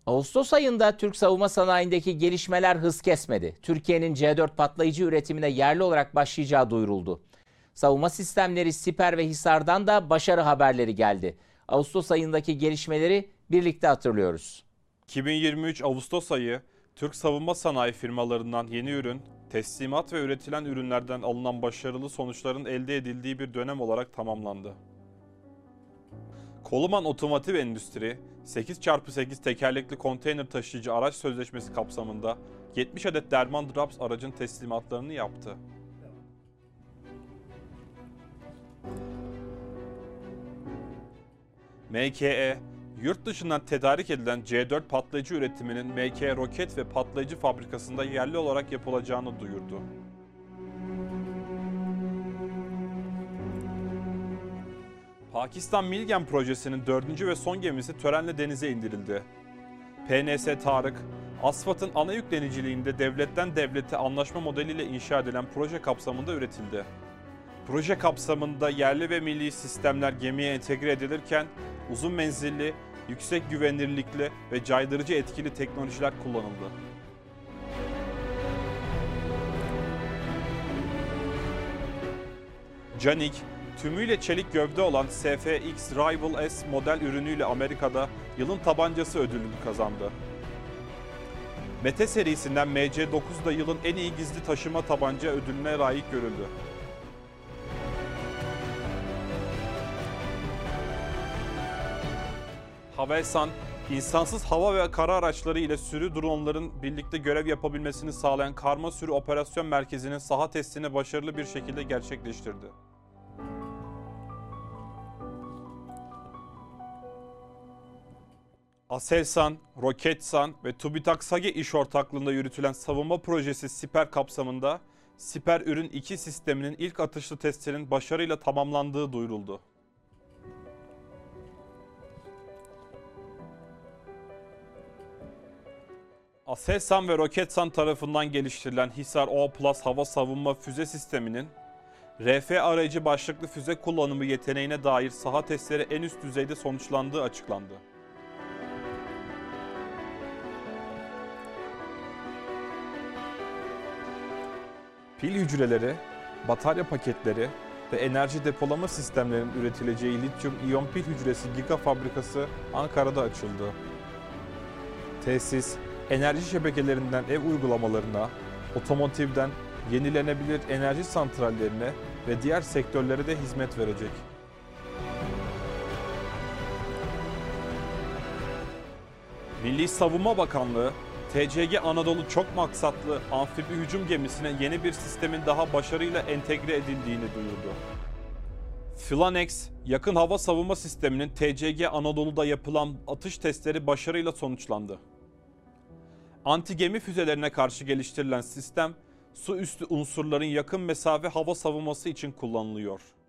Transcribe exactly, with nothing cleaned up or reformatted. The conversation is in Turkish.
Ağustos ayında Türk savunma sanayindeki gelişmeler hız kesmedi. Türkiye'nin C dört patlayıcı üretimine yerli olarak başlayacağı duyuruldu. Savunma sistemleri Siper ve Hisar'dan da başarı haberleri geldi. Ağustos ayındaki gelişmeleri birlikte hatırlıyoruz. iki bin yirmi üç Ağustos ayı Türk savunma sanayi firmalarından yeni ürün, teslimat ve üretilen ürünlerden alınan başarılı sonuçların elde edildiği bir dönem olarak tamamlandı. Koluman Otomotiv Endüstri, sekiz çarpı sekiz tekerlekli konteyner taşıyıcı araç sözleşmesi kapsamında yetmiş adet Derman Draps aracın teslimatlarını yaptı. M K E, yurt dışından tedarik edilen C dört patlayıcı üretiminin M K E roket ve patlayıcı fabrikasında yerli olarak yapılacağını duyurdu. Pakistan Milgem projesinin dördüncü ve son gemisi törenle denize indirildi. P N S Tarık, ASFAD'ın ana yükleniciliğinde devletten devlete anlaşma modeliyle inşa edilen proje kapsamında üretildi. Proje kapsamında yerli ve milli sistemler gemiye entegre edilirken uzun menzilli, yüksek güvenilirlikli ve caydırıcı etkili teknolojiler kullanıldı. Canik, tümüyle çelik gövde olan S F X Rival S model ürünüyle Amerika'da yılın tabancası ödülünü kazandı. Mete serisinden M C dokuz da yılın en iyi gizli taşıma tabanca ödülüne layık görüldü. Havelsan, insansız hava ve kara araçları ile sürü dronların birlikte görev yapabilmesini sağlayan karma sürü operasyon merkezinin saha testini başarılı bir şekilde gerçekleştirdi. Aselsan, Roketsan ve TÜBİTAK SAGE iş ortaklığında yürütülen savunma projesi Siper kapsamında Siper Ürün iki sisteminin ilk atışlı testinin başarıyla tamamlandığı duyuruldu. Aselsan ve Roketsan tarafından geliştirilen Hisar O Plus hava savunma füze sisteminin R F aracı başlıklı füze kullanımı yeteneğine dair saha testleri en üst düzeyde sonuçlandığı açıklandı. Pil hücreleri, batarya paketleri ve enerji depolama sistemlerinin üretileceği lityum iyon pil hücresi giga fabrikası Ankara'da açıldı. Tesis, enerji şebekelerinden ev uygulamalarına, otomotivden yenilenebilir enerji santrallerine ve diğer sektörlere de hizmet verecek. Milli Savunma Bakanlığı, T C G Anadolu çok maksatlı amfibi hücum gemisine yeni bir sistemin daha başarıyla entegre edildiğini duyurdu. Flanex, yakın hava savunma sisteminin T C G Anadolu'da yapılan atış testleri başarıyla sonuçlandı. Anti-gemi füzelerine karşı geliştirilen sistem, su üstü unsurların yakın mesafe hava savunması için kullanılıyor.